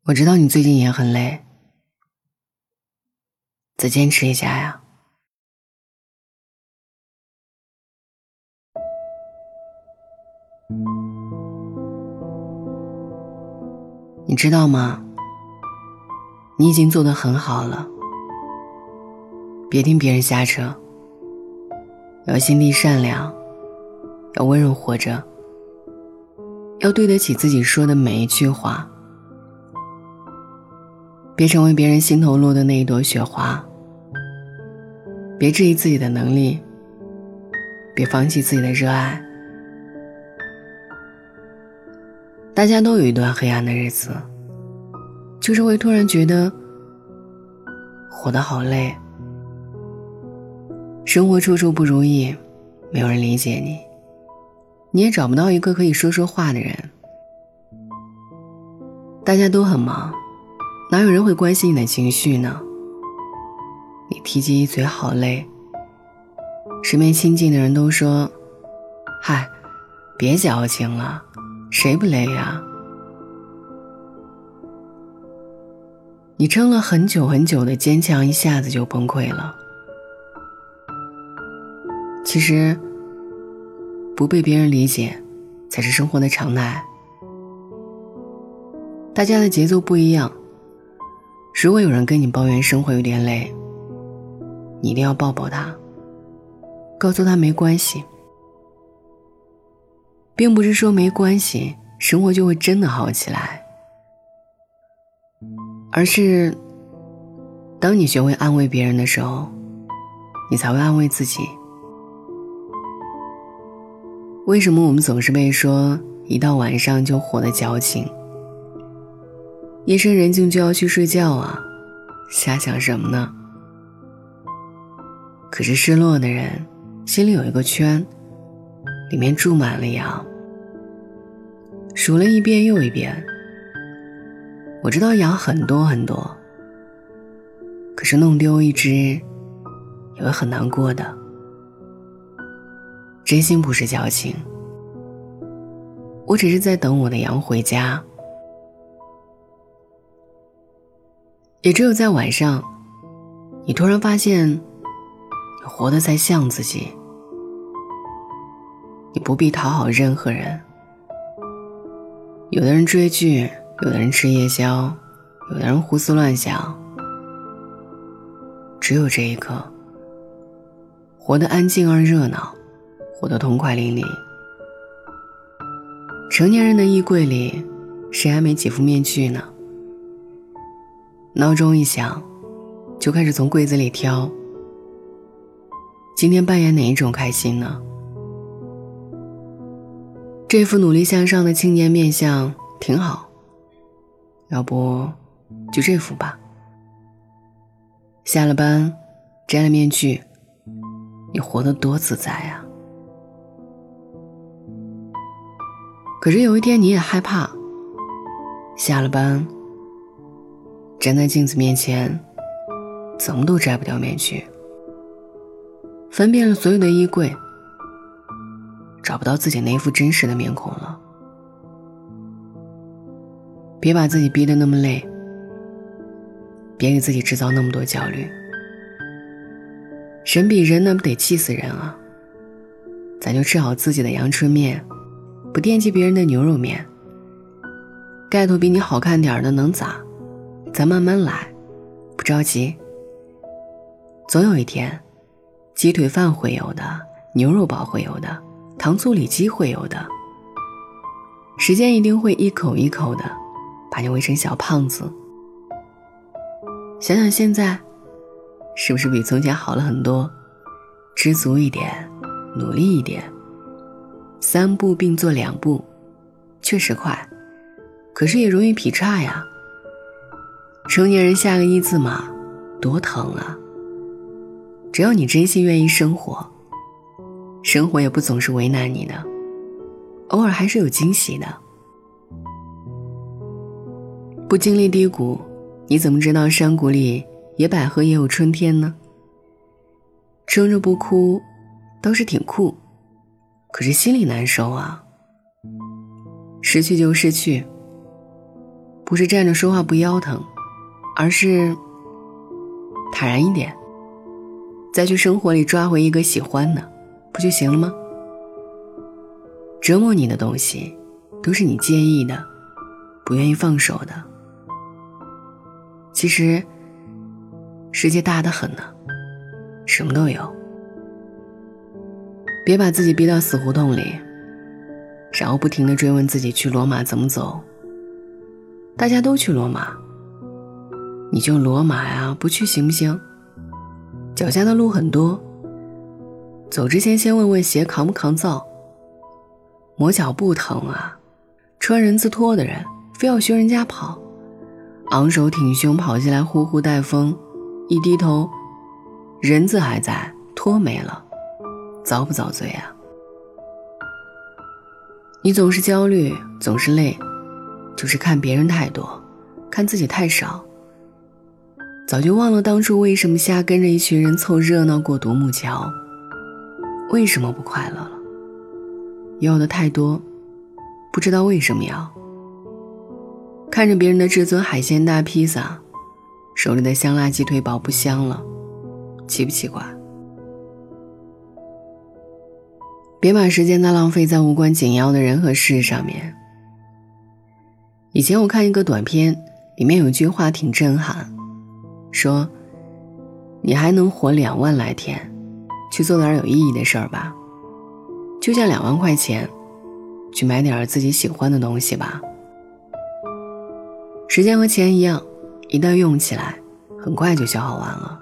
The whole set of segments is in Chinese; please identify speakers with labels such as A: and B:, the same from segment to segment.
A: 我知道你最近也很累，再坚持一下呀。你知道吗？你已经做得很好了，别听别人瞎扯，要心地善良，要温柔活着，要对得起自己说的每一句话，别成为别人心头落的那一朵雪花，别质疑自己的能力，别放弃自己的热爱。大家都有一段黑暗的日子，就是会突然觉得活得好累，生活处处不如意，没有人理解你，你也找不到一个可以说说话的人。大家都很忙，哪有人会关心你的情绪呢？你提及一嘴好累，身边亲近的人都说，嗨，别矫情了，谁不累呀？你撑了很久很久的坚强一下子就崩溃了。其实不被别人理解才是生活的常态，大家的节奏不一样。如果有人跟你抱怨生活有点累，你一定要抱抱他，告诉他没关系，并不是说没关系生活就会真的好起来，而是当你学会安慰别人的时候，你才会安慰自己。为什么我们总是被说一到晚上就活得矫情，夜深人静就要去睡觉啊，瞎想什么呢？可是失落的人心里有一个圈，里面住满了羊，数了一遍又一遍。我知道羊很多很多，可是弄丢一只也会很难过的。真心不是矫情，我只是在等我的羊回家。也只有在晚上，你突然发现你活得才像自己，你不必讨好任何人。有的人追剧，有的人吃夜宵，有的人胡思乱想，只有这一刻，活得安静而热闹，活得痛快淋漓。成年人的衣柜里，谁还没几副面具呢？闹钟一响，就开始从柜子里挑，今天扮演哪一种开心呢？这副努力向上的青年面相挺好，要不就这副吧。下了班摘了面具，你活得多自在啊。可是有一天你也害怕，下了班站在镜子面前，怎么都摘不掉面具，翻遍了所有的衣柜，找不到自己那副真实的面孔了。别把自己逼得那么累，别给自己制造那么多焦虑。人比人那不得气死人啊！咱就吃好自己的阳春面，不惦记别人的牛肉面。盖头比你好看点的能咋？咱慢慢来，不着急。总有一天，鸡腿饭会有的，牛肉堡会有的，糖醋里脊会有的。时间一定会一口一口的把你喂成小胖子。想想现在，是不是比从前好了很多？知足一点，努力一点，3步并作2步，确实快，可是也容易劈叉呀。成年人下个一字马，多疼啊！只要你真心愿意生活，生活也不总是为难你的，偶尔还是有惊喜的。不经历低谷，你怎么知道山谷里野百合也有春天呢？撑着不哭倒是挺酷，可是心里难受啊。失去就失去， 不是站着说话不腰疼，而是坦然一点，再去生活里抓回一个喜欢的，不就行了吗？折磨你的东西都是你介意的，不愿意放手的。其实世界大得很呢，什么都有。别把自己逼到死胡同里，然后不停地追问自己去罗马怎么走。大家都去罗马，你就罗马呀，不去行不行？脚下的路很多，走之前先问问鞋扛不扛造。磨脚不疼啊，穿人字拖的人非要学人家跑，昂首挺胸跑起来呼呼带风，一低头人字还在，拖没了，遭不遭罪啊？你总是焦虑，总是累，就是看别人太多，看自己太少，早就忘了当初为什么瞎跟着一群人凑热闹过独木桥，为什么不快乐了？要的太多，不知道为什么要。看着别人的至尊海鲜大披萨，手里的香辣鸡腿堡不香了，奇不奇怪？别把时间再浪费在无关紧要的人和事上面。以前我看一个短片，里面有句话挺震撼，说你还能活2万来天，去做点有意义的事儿吧，就像2万块钱去买点自己喜欢的东西吧。时间和钱一样，一旦用起来很快就消耗完了。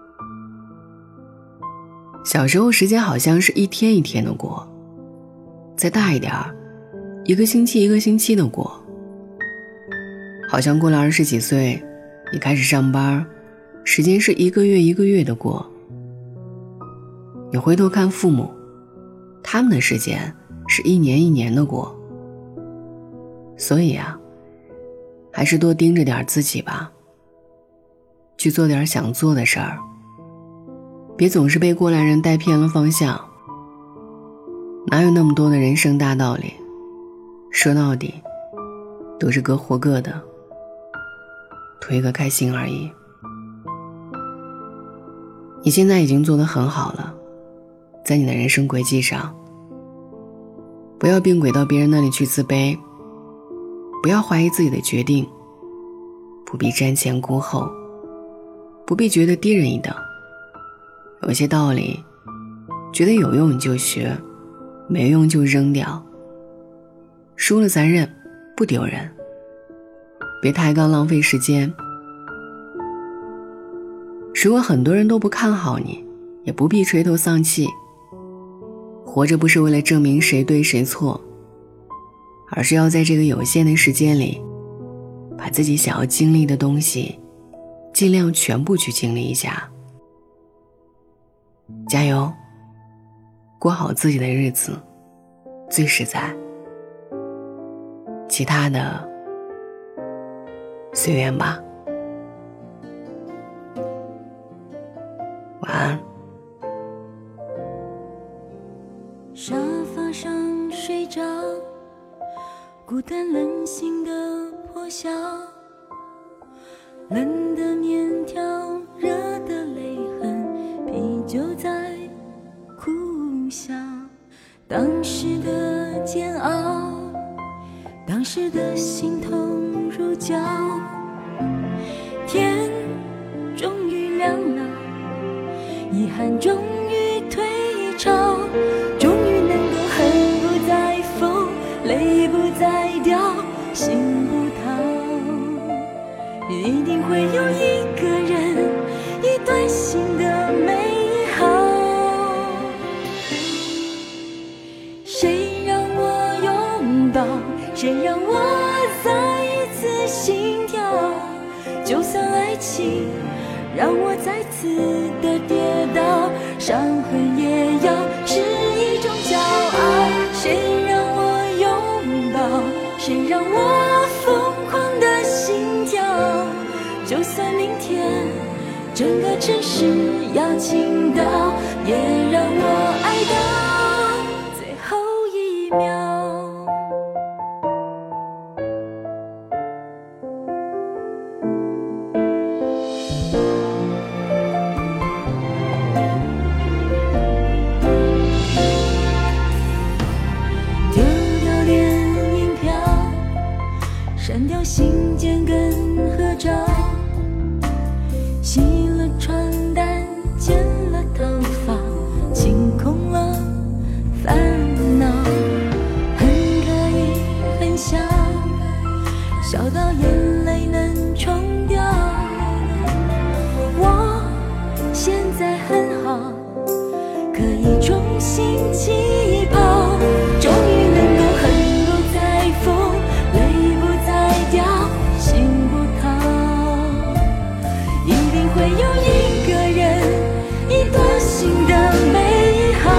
A: 小时候时间好像是一天一天的过，再大一点1个星期1个星期的过，好像过了20几岁你开始上班，时间是1个月1个月的过。你回头看父母，他们的时间是1年1年的过。所以啊，还是多盯着点自己吧，去做点想做的事儿，别总是被过来人带偏了方向。哪有那么多的人生大道理，说到底都是各活各的，图个开心而已。你现在已经做得很好了，在你的人生轨迹上，不要并轨到别人那里去自卑，不要怀疑自己的决定，不必瞻前顾后，不必觉得低人一等。有些道理觉得有用你就学，没用就扔掉，输了咱认，不丢人。别抬杠浪费时间。如果很多人都不看好你，也不必垂头丧气。活着不是为了证明谁对谁错，而是要在这个有限的时间里，把自己想要经历的东西尽量全部去经历一下。加油，过好自己的日子最实在，其他的随缘吧。晚安。
B: 沙发上睡着，孤单冷醒的破晓，冷的面条，热的泪痕，啤酒在苦笑。当时的煎熬，当时的心痛如绞，天终于亮了，遗憾终于退潮，终于能够恨不再疯，泪不再掉，心不逃。一定会有一个人，一段新的美好。谁让我拥抱，谁让我再一次心跳，就算爱情让我再次的跌倒，伤痕也要是一种骄傲。谁让我拥抱，谁让我疯狂的心跳，就算明天整个城市要倾倒，也让我爱到最后一秒。 掉信件跟合照，洗了床单，剪了头发，清空了烦恼，很可以很笑，笑到眼泪能冲掉。我现在很好，可以重新起跑，终于能够恨不再疯，泪不再掉，心不逃。一定会有一个人，一段新的美好。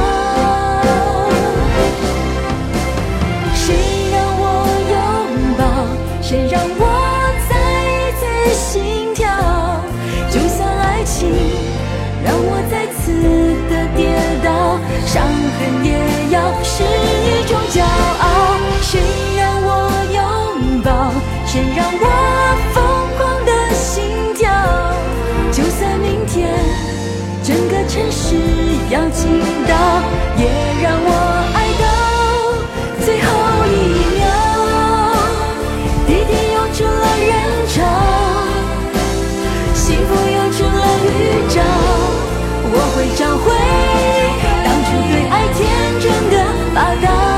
B: 谁让我拥抱，谁让我再一次心跳，就算爱情让我再次的跌倒，伤痕也要是一种骄傲。谁让我拥抱，谁让我疯狂的心跳，就算明天整个城市要倾倒，也让我爱到最后一秒。滴滴涌出了人潮，幸福涌出了预兆，我会找回当初对爱天真的霸道。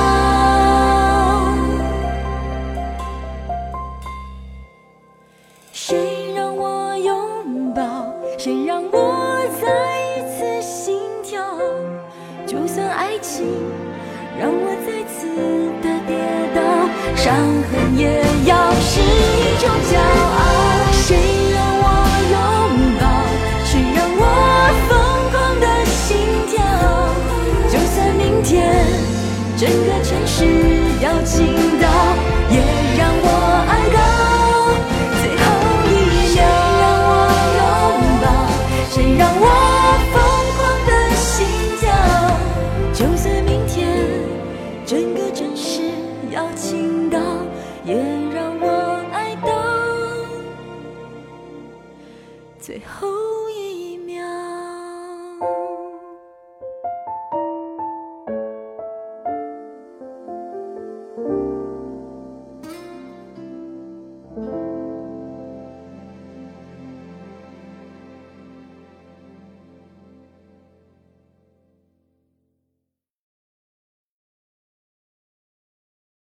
B: 谁让我拥抱，谁让我再一次心跳，就算爱情让我再次的跌倒，伤痕也要是一种骄傲。谁让我拥抱，谁让我疯狂的心跳，就算明天整个城市要倾倒，也让我爱到最后一秒。谁让我疯狂的心跳，就算明天整个城市要倾倒，也让我爱到最后